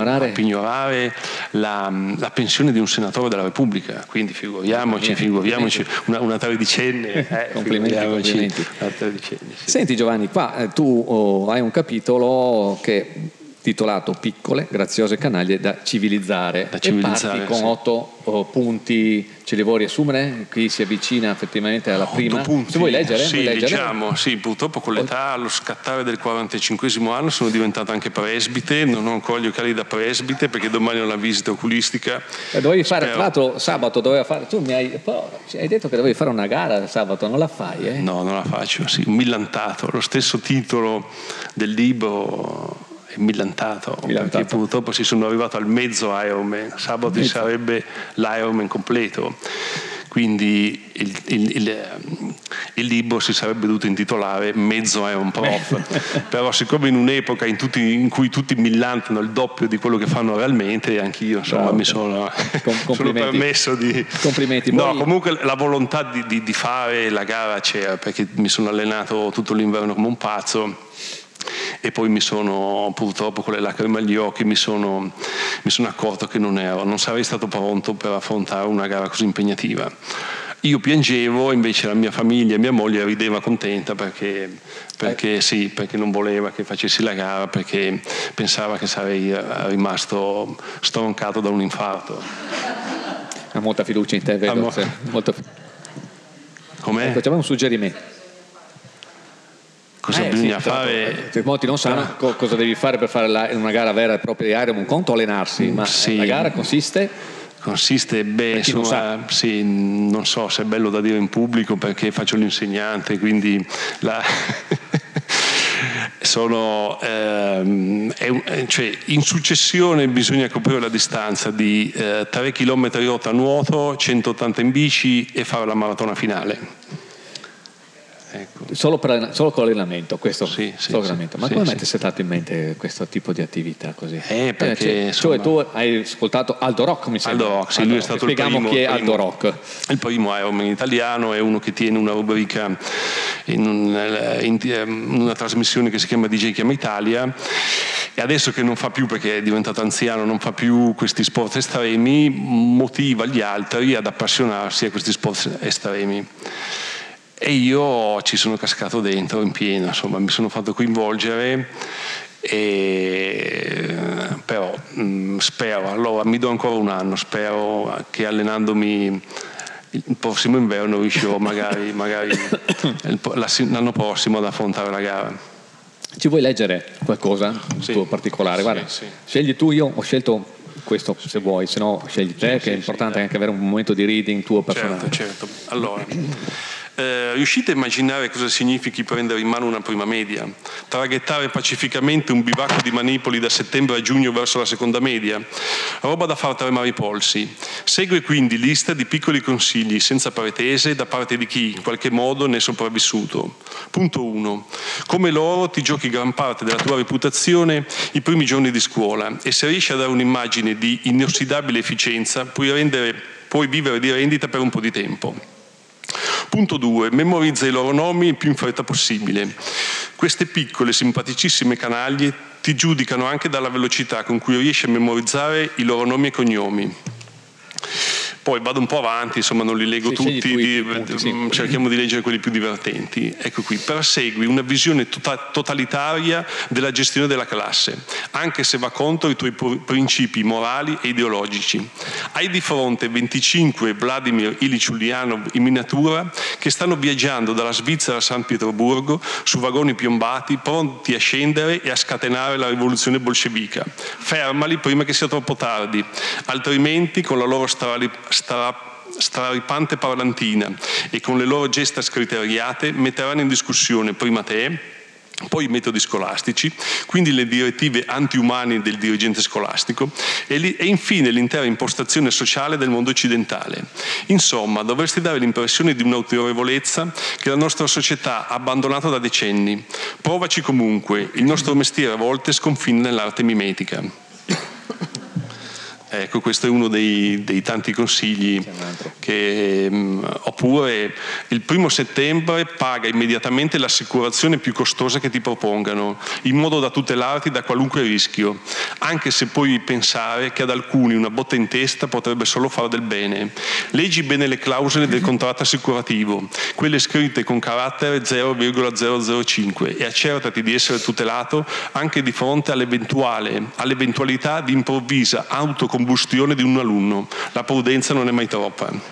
la pensione di un senatore della Repubblica, quindi figuriamoci, una tredicenne. Complimenti. Senti Giovanni, qua tu hai un capitolo che è titolato Piccole, graziose canaglie da civilizzare. E parti con 8 punti, ce li vuoi riassumere? Chi si avvicina effettivamente alla prima? Se vuoi leggere? Sì, leggiamo. Sì, purtroppo con l'età, allo scattare del 45esimo anno, sono diventato anche presbite, non ho ancora gli occhiali da presbite perché domani ho la visita oculistica. Dovevi fare, tra l'altro sabato doveva fare, tu mi hai detto che dovevi fare una gara sabato, non la fai? No, non la faccio, sì, un millantato, lo stesso titolo del libro. Millantato, perché purtroppo si sono arrivato al mezzo Ironman, sabato sarebbe l'Ironman completo, quindi il libro si sarebbe dovuto intitolare Mezzo Iron Prof. Però siccome in un'epoca in cui tutti millantano il doppio di quello che fanno realmente, anch'io insomma mi sono permesso di... Complimenti. No, comunque la volontà di fare la gara c'era, perché mi sono allenato tutto l'inverno come un pazzo. E poi purtroppo con le lacrime agli occhi mi sono accorto che non sarei stato pronto per affrontare una gara così impegnativa. Io piangevo, invece la mia famiglia e mia moglie rideva contenta perché non voleva che facessi la gara, perché pensava che sarei rimasto stroncato da un infarto. Ha molta fiducia in te, vedo. Com'è? Ecco, c'è un suggerimento. Cosa bisogna fare? Molti non sanno cosa devi fare per fare una gara vera e propria di Ironman. Un conto allenarsi, ma la gara consiste, insomma, sì, non so se è bello da dire in pubblico perché faccio l'insegnante, quindi in successione bisogna coprire la distanza di 3 km 8 a nuoto, 180 in bici e fare la maratona finale. Ecco. Solo con l'allenamento, questo sì, allenamento. Ma come mai ti è stato in mente questo tipo di attività così? Perché cioè tu hai ascoltato Aldo Rock, mi sembra. Aldo Rock, sì, lui è stato Spieghiamo chi è Aldo Rock. Il primo Ironman italiano, è uno che tiene una rubrica in una trasmissione che si chiama DJ Chiama Italia, e adesso che non fa più, perché è diventato anziano, non fa più questi sport estremi, motiva gli altri ad appassionarsi a questi sport estremi. E io ci sono cascato dentro in pieno, insomma mi sono fatto coinvolgere, però spero, allora mi do ancora un anno, spero che allenandomi il prossimo inverno riuscirò magari l'anno prossimo ad affrontare la gara. Ci vuoi leggere qualcosa tuo particolare? Guarda, sì. Scegli tu, io ho scelto questo se vuoi, se no scegli te, che è importante anche avere un momento di reading tuo personale. Certo. Allora, Riuscite a immaginare cosa significhi prendere in mano una prima media? Traghettare pacificamente un bivacco di manipoli da settembre a giugno verso la seconda media? Roba da far tremare i polsi. Segue quindi lista di piccoli consigli senza pretese da parte di chi in qualche modo ne è sopravvissuto. Punto 1. Come loro ti giochi gran parte della tua reputazione i primi giorni di scuola e se riesci a dare un'immagine di inossidabile efficienza puoi vivere di rendita per un po' di tempo. Punto 2. Memorizza i loro nomi il più in fretta possibile. Queste piccole, simpaticissime canaglie ti giudicano anche dalla velocità con cui riesci a memorizzare i loro nomi e cognomi. Poi vado un po' avanti, insomma non li leggo tutti, cerchiamo di leggere quelli più divertenti. Ecco qui, persegui una visione totalitaria della gestione della classe, anche se va contro i tuoi principi morali e ideologici. Hai di fronte 25 Vladimir Ilyich Ulyanov in miniatura che stanno viaggiando dalla Svizzera a San Pietroburgo su vagoni piombati, pronti a scendere e a scatenare la rivoluzione bolscevica. Fermali prima che sia troppo tardi, altrimenti con la loro straripante parlantina e con le loro gesta scriteriate metteranno in discussione prima te, poi i metodi scolastici, quindi le direttive antiumane del dirigente scolastico e infine l'intera impostazione sociale del mondo occidentale. Insomma, dovresti dare l'impressione di un'autorevolezza che la nostra società ha abbandonato da decenni. Provaci comunque, il nostro mestiere a volte sconfina nell'arte mimetica. Ecco, questo è uno dei tanti consigli oppure il 1° settembre paga immediatamente l'assicurazione più costosa che ti propongano, in modo da tutelarti da qualunque rischio, anche se puoi pensare che ad alcuni una botta in testa potrebbe solo fare del bene. Leggi bene le clausole del contratto assicurativo, quelle scritte con carattere 0,005 e accertati di essere tutelato anche di fronte all'eventualità di improvvisa autocombustione di un alunno. La prudenza non è mai troppa.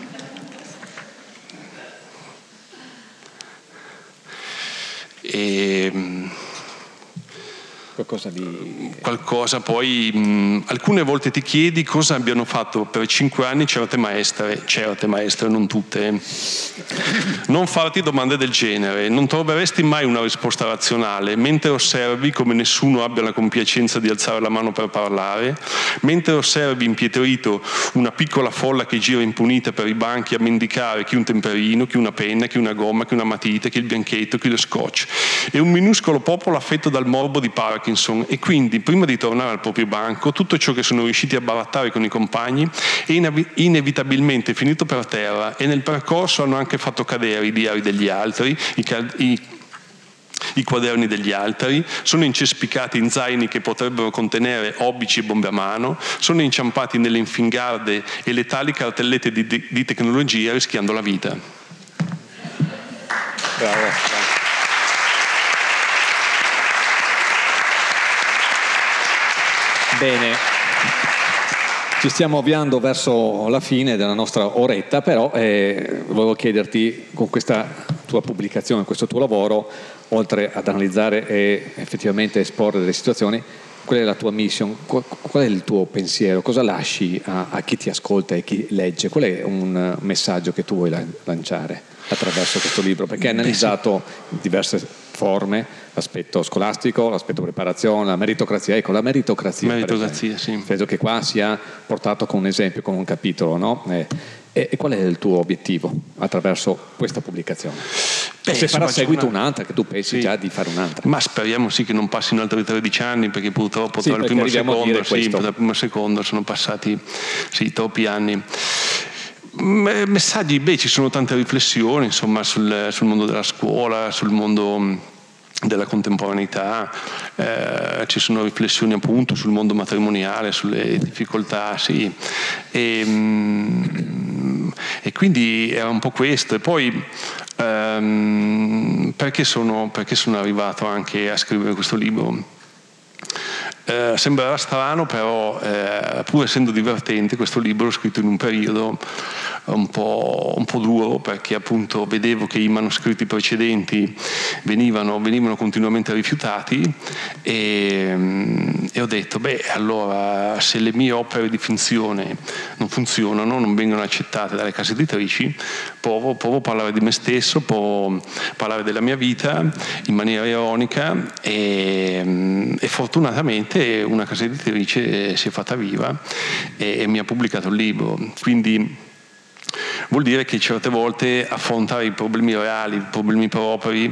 Qualcosa poi alcune volte ti chiedi cosa abbiano fatto per 5 anni certe maestre, non tutte. Non farti domande del genere, non troveresti mai una risposta razionale mentre osservi come nessuno abbia la compiacenza di alzare la mano per parlare, mentre osservi impietrito una piccola folla che gira impunita per i banchi a mendicare chi un temperino, chi una penna, chi una gomma, chi una matita, chi il bianchetto, chi lo scotch, e un minuscolo popolo affetto dal morbo di Parkinson, e quindi prima di tornare al proprio banco tutto ciò che sono riusciti a barattare con i compagni è inevitabilmente finito per terra e nel percorso hanno anche fatto cadere i diari degli altri, i quaderni degli altri, sono incespicati in zaini che potrebbero contenere obici e bombe a mano, sono inciampati nelle infingarde e letali cartellette di tecnologia rischiando la vita. Bravo. Bene, ci stiamo avviando verso la fine della nostra oretta, però volevo chiederti, con questa tua pubblicazione, questo tuo lavoro, oltre ad analizzare e effettivamente esporre delle situazioni, qual è la tua mission? Qual è il tuo pensiero? Cosa lasci a chi ti ascolta e chi legge? Qual è un messaggio che tu vuoi lanciare attraverso questo libro? Perché hai analizzato diverse forme, l'aspetto scolastico, l'aspetto preparazione, la meritocrazia. Ecco, la meritocrazia sì. Credo che qua sia portato con un esempio, con un capitolo, no? E qual è il tuo obiettivo attraverso questa pubblicazione? Se farà seguito un'altra, che tu pensi già di fare un'altra. Ma speriamo sì che non passino altri 13 anni, perché purtroppo tra il primo e il secondo sono passati troppi anni. Messaggi, ci sono tante riflessioni, insomma, sul mondo della scuola, sul mondo della contemporaneità, ci sono riflessioni appunto sul mondo matrimoniale, sulle difficoltà, e quindi era un po' questo. E poi perché sono arrivato anche a scrivere questo libro? Sembrerà strano, però pur essendo divertente, questo libro l'ho scritto in un periodo un po' duro, perché appunto vedevo che i manoscritti precedenti venivano continuamente rifiutati e e ho detto, allora se le mie opere di finzione non funzionano, non vengono accettate dalle case editrici, provo a parlare di me stesso, provo a parlare della mia vita in maniera ironica e fortunatamente una casa editrice si è fatta viva e mi ha pubblicato il libro. Quindi vuol dire che certe volte affrontare i problemi reali, i problemi propri,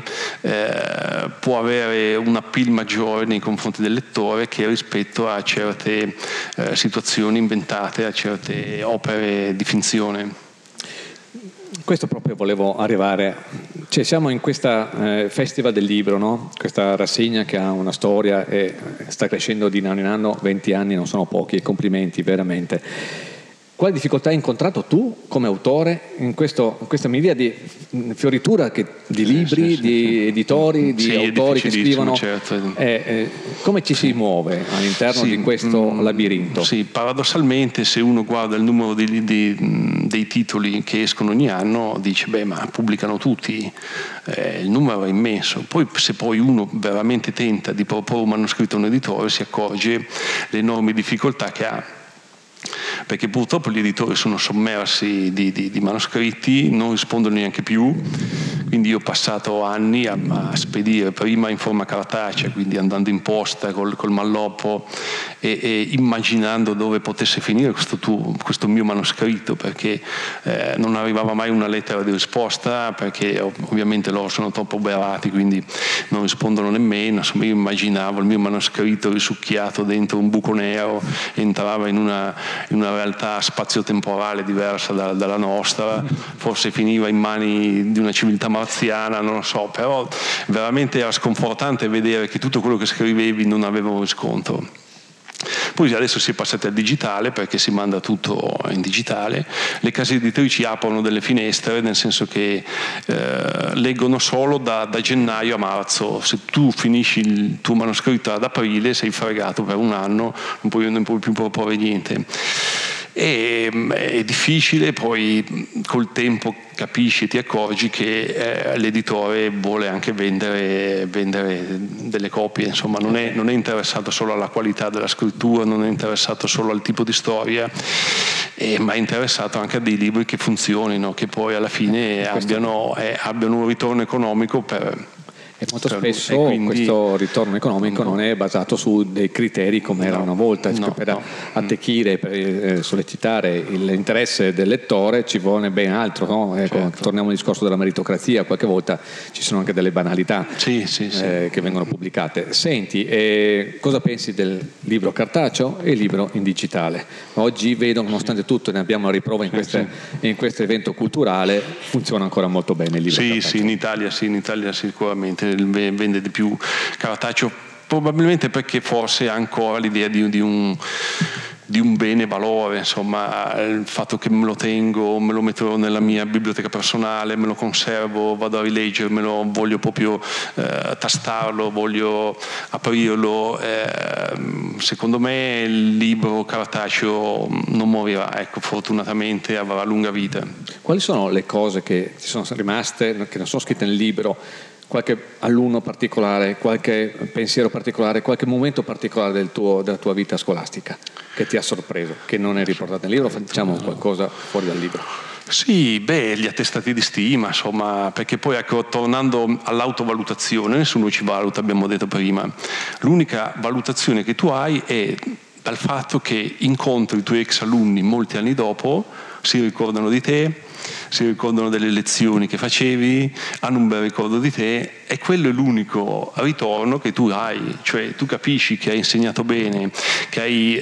può avere un appeal maggiore nei confronti del lettore che rispetto a certe situazioni inventate, a certe opere di finzione. Questo proprio volevo arrivare, cioè siamo in questa Festival del Libro, no? Questa rassegna che ha una storia e sta crescendo di anno in anno, 20 anni non sono pochi, e complimenti veramente. Quali difficoltà hai incontrato tu come autore in questa miriade di fioritura di libri, di editori, di autori che scrivono? Certo. Come ci si muove all'interno di questo labirinto? Sì, paradossalmente se uno guarda il numero dei titoli che escono ogni anno dice ma pubblicano tutti, il numero è immenso. Poi se poi uno veramente tenta di proporre un manoscritto a un editore si accorge le enormi difficoltà che ha, perché purtroppo gli editori sono sommersi di manoscritti, non rispondono neanche più. Quindi io ho passato anni a spedire prima in forma cartacea, quindi andando in posta col malloppo e immaginando dove potesse finire questo mio manoscritto, perché non arrivava mai una lettera di risposta, perché ovviamente loro sono troppo oberati, quindi non rispondono nemmeno. Insomma, io immaginavo il mio manoscritto risucchiato dentro un buco nero, entrava in una realtà spazio-temporale diversa dalla nostra, forse finiva in mani di una civiltà marziana, non lo so, però veramente era sconfortante vedere che tutto quello che scrivevi non aveva un riscontro. Poi adesso si è passati al digitale, perché si manda tutto in digitale. Le case editrici aprono delle finestre, nel senso che leggono solo da gennaio a marzo. Se tu finisci il tuo manoscritto ad aprile sei fregato per un anno, non puoi più proporre niente. È difficile, poi col tempo capisci, ti accorgi che l'editore vuole anche vendere delle copie, insomma non è interessato solo alla qualità della scrittura, non è interessato solo al tipo di storia, ma è interessato anche a dei libri che funzionino, che poi alla fine abbiano un ritorno economico E molto spesso questo ritorno economico non è basato su dei criteri come era una volta, per attecchire, per sollecitare l'interesse del lettore ci vuole ben altro, no? Torniamo al discorso della meritocrazia, qualche volta ci sono anche delle banalità che vengono pubblicate. Senti, cosa pensi del libro cartaceo e il libro in digitale? Oggi vedo, nonostante tutto, ne abbiamo la riprova in questo evento culturale, funziona ancora molto bene il libro cartaceo. Sì, in Italia sicuramente vende di più cartaceo, probabilmente perché forse ha ancora l'idea di un bene valore, insomma, il fatto che me lo tengo, me lo metto nella mia biblioteca personale, me lo conservo, vado a rileggermelo, voglio proprio tastarlo, voglio aprirlo. Secondo me il libro cartaceo non morirà, fortunatamente avrà lunga vita. Quali sono le cose che ci sono rimaste, che non sono scritte nel libro? Qualche alunno particolare, qualche pensiero particolare, qualche momento particolare della tua vita scolastica che ti ha sorpreso, che non è riportato nel libro? Facciamo qualcosa fuori dal libro. Sì, gli attestati di stima, insomma, perché poi tornando all'autovalutazione, nessuno ci valuta, abbiamo detto prima. L'unica valutazione che tu hai è dal fatto che incontri i tuoi ex alunni molti anni dopo, si ricordano di te, si ricordano delle lezioni che facevi, hanno un bel ricordo di te, e quello è l'unico ritorno che tu hai, cioè tu capisci che hai insegnato bene, che hai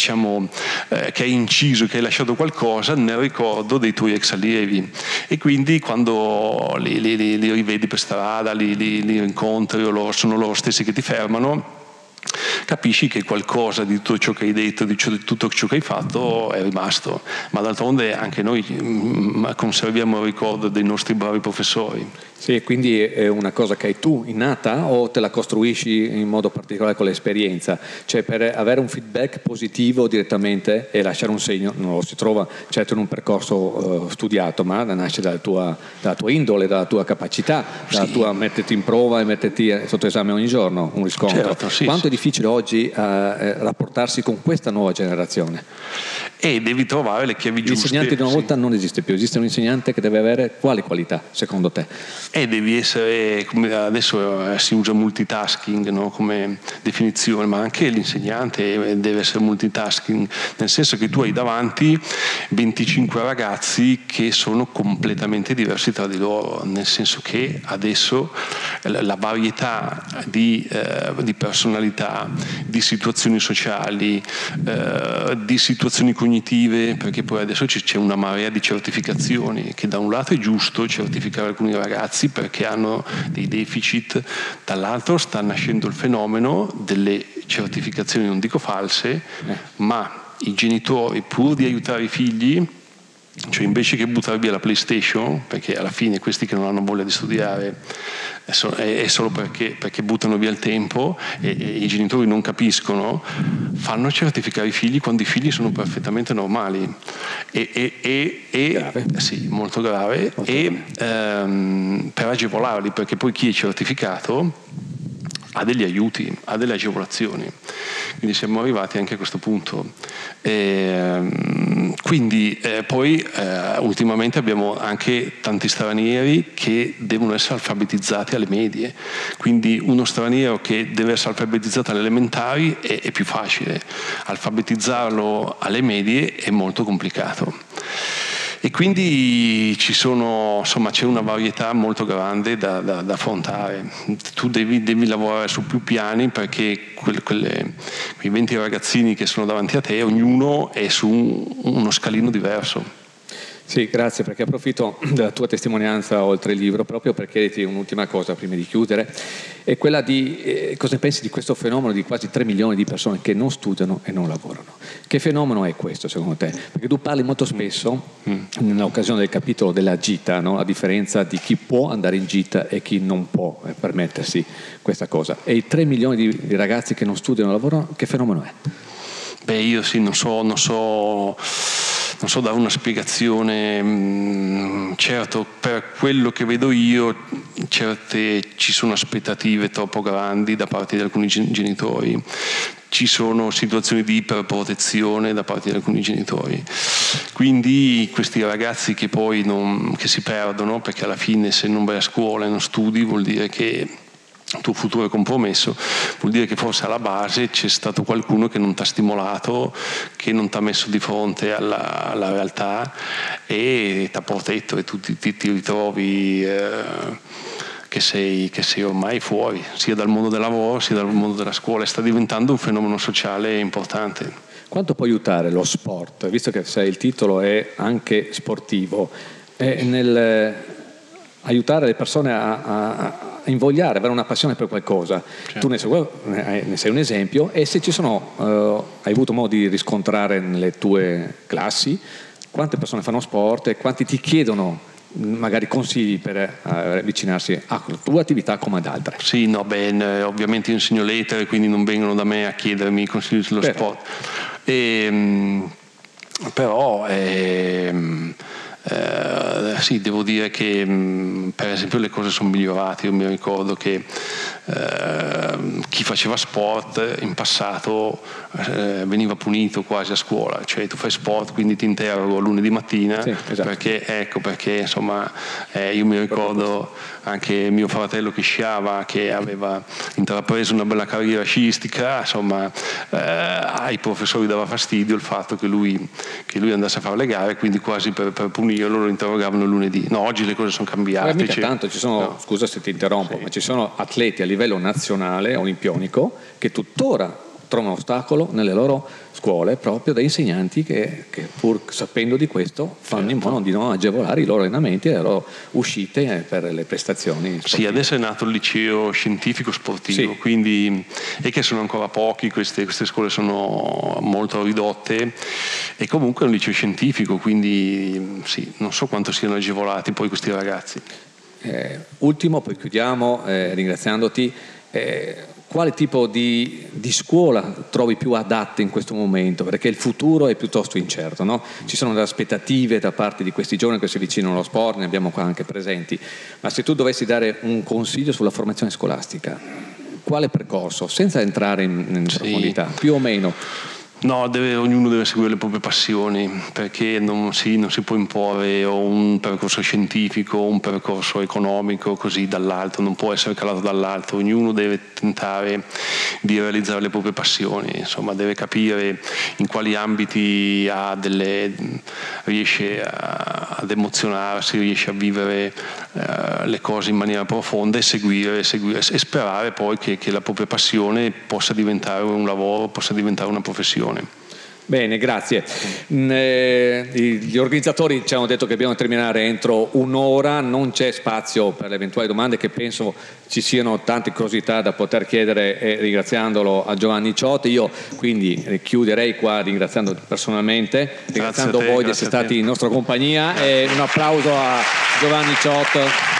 che hai inciso, che hai lasciato qualcosa nel ricordo dei tuoi ex allievi, e quindi quando li rivedi per strada, li incontri o sono loro stessi che ti fermano, capisci che qualcosa di tutto ciò che hai detto, di tutto ciò che hai fatto è rimasto. Ma d'altronde anche noi conserviamo il ricordo dei nostri bravi professori. Sì, quindi è una cosa che hai tu innata o te la costruisci in modo particolare con l'esperienza? Cioè, per avere un feedback positivo direttamente e lasciare un segno non lo si trova certo in un percorso studiato, ma nasce dalla tua indole, dalla tua capacità, dalla tua metterti in prova e metterti sotto esame ogni giorno, un riscontro. Certo, Quanto è difficile difficile oggi rapportarsi con questa nuova generazione. E devi trovare le chiavi giuste. L'insegnante di una volta non esiste più, esiste un insegnante che deve avere quali qualità secondo te? E devi essere, come adesso si usa multitasking, no, come definizione, ma anche l'insegnante deve essere multitasking, nel senso che tu hai davanti 25 ragazzi che sono completamente diversi tra di loro, nel senso che adesso la varietà di personalità, di situazioni sociali, di situazioni cognitive, perché poi adesso c'è una marea di certificazioni, che da un lato è giusto certificare alcuni ragazzi perché hanno dei deficit, dall'altro sta nascendo il fenomeno delle certificazioni, non dico false, ma i genitori, pur di aiutare i figli, cioè invece che buttare via la PlayStation, perché alla fine questi che non hanno voglia di studiare è solo perché buttano via il tempo e i genitori non capiscono, fanno certificare i figli quando i figli sono perfettamente normali Grave. Sì, molto grave, per agevolarli, perché poi chi è certificato ha degli aiuti, ha delle agevolazioni, quindi siamo arrivati anche a questo punto. Quindi poi ultimamente abbiamo anche tanti stranieri che devono essere alfabetizzati alle medie, quindi uno straniero che deve essere alfabetizzato alle elementari è più facile, alfabetizzarlo alle medie è molto complicato. E quindi c'è una varietà molto grande da affrontare. Tu devi lavorare su più piani, perché quei 20 ragazzini che sono davanti a te, ognuno è su uno scalino diverso. Sì, grazie, perché approfitto della tua testimonianza oltre il libro proprio per chiederti un'ultima cosa prima di chiudere, è quella di cosa pensi di questo fenomeno di quasi 3 milioni di persone che non studiano e non lavorano. Che fenomeno è questo secondo te? Perché tu parli molto spesso, nell'occasione del capitolo della gita, no? A differenza di chi può andare in gita e chi non può permettersi questa cosa. E i 3 milioni di ragazzi che non studiano e non lavorano, che fenomeno è? Beh, io sì, non so dare una spiegazione. Certo, per quello che vedo io, ci sono aspettative troppo grandi da parte di alcuni genitori, ci sono situazioni di iperprotezione da parte di alcuni genitori, quindi questi ragazzi che poi che si perdono, perché alla fine se non vai a scuola e non studi vuol dire che il tuo futuro è compromesso, vuol dire che forse alla base c'è stato qualcuno che non ti ha stimolato, che non ti ha messo di fronte alla realtà e ti ha protetto, e tu ti ritrovi che sei ormai fuori, sia dal mondo del lavoro sia dal mondo della scuola, e sta diventando un fenomeno sociale importante. Quanto può aiutare lo sport, visto che il titolo è anche sportivo, nel aiutare le persone a invogliare, avere una passione per qualcosa? Certo. Tu ne sei un esempio, e se ci sono, hai avuto modo di riscontrare nelle tue classi quante persone fanno sport e quanti ti chiedono magari consigli per avvicinarsi alla tua attività come ad altre? Sì, ovviamente io insegno lettere, quindi non vengono da me a chiedermi consigli sullo sport. Però sì, devo dire che per esempio le cose sono migliorate. Io mi ricordo che chi faceva sport in passato veniva punito quasi a scuola, cioè tu fai sport quindi ti interrogo lunedì mattina. Sì, esatto. perché insomma io mi ricordo anche mio fratello che sciava, che aveva intrapreso una bella carriera sciistica, insomma ai professori dava fastidio il fatto che lui andasse a fare le gare, quindi quasi per punirlo lo interrogavano lunedì. No, oggi le cose sono cambiate. Mica tanto, ci sono, scusa se ti interrompo, sì, ma ci sono atleti a livello nazionale olimpionico che tuttora trovano ostacolo nelle loro scuole proprio da insegnanti che pur sapendo di questo fanno in modo di non agevolare i loro allenamenti e le loro uscite per le prestazioni sportive. Sì, adesso è nato il liceo scientifico sportivo, sì, quindi è che sono ancora pochi, queste scuole sono molto ridotte, e comunque è un liceo scientifico, quindi sì, non so quanto siano agevolati poi questi ragazzi. Ultimo, poi chiudiamo ringraziandoti. Quale tipo di scuola trovi più adatta in questo momento? Perché il futuro è piuttosto incerto, no? Ci sono delle aspettative da parte di questi giovani che si avvicinano allo sport, ne abbiamo qua anche presenti, ma se tu dovessi dare un consiglio sulla formazione scolastica quale percorso, senza entrare in profondità, più o meno? No, ognuno deve seguire le proprie passioni, perché non si può imporre un percorso scientifico, un percorso economico così dall'alto, non può essere calato dall'alto, ognuno deve tentare di realizzare le proprie passioni, insomma deve capire in quali ambiti riesce ad emozionarsi, riesce a vivere le cose in maniera profonda e seguire e sperare poi che la propria passione possa diventare un lavoro, possa diventare una professione. Bene, grazie. Gli organizzatori ci hanno detto che dobbiamo terminare entro un'ora, non c'è spazio per le eventuali domande, che penso ci siano tante curiosità da poter chiedere, ringraziandolo a Giovanni Ciot. Io quindi chiuderei qua ringraziando personalmente, ringraziando voi di essere stati in nostra compagnia, e un applauso a Giovanni Ciot.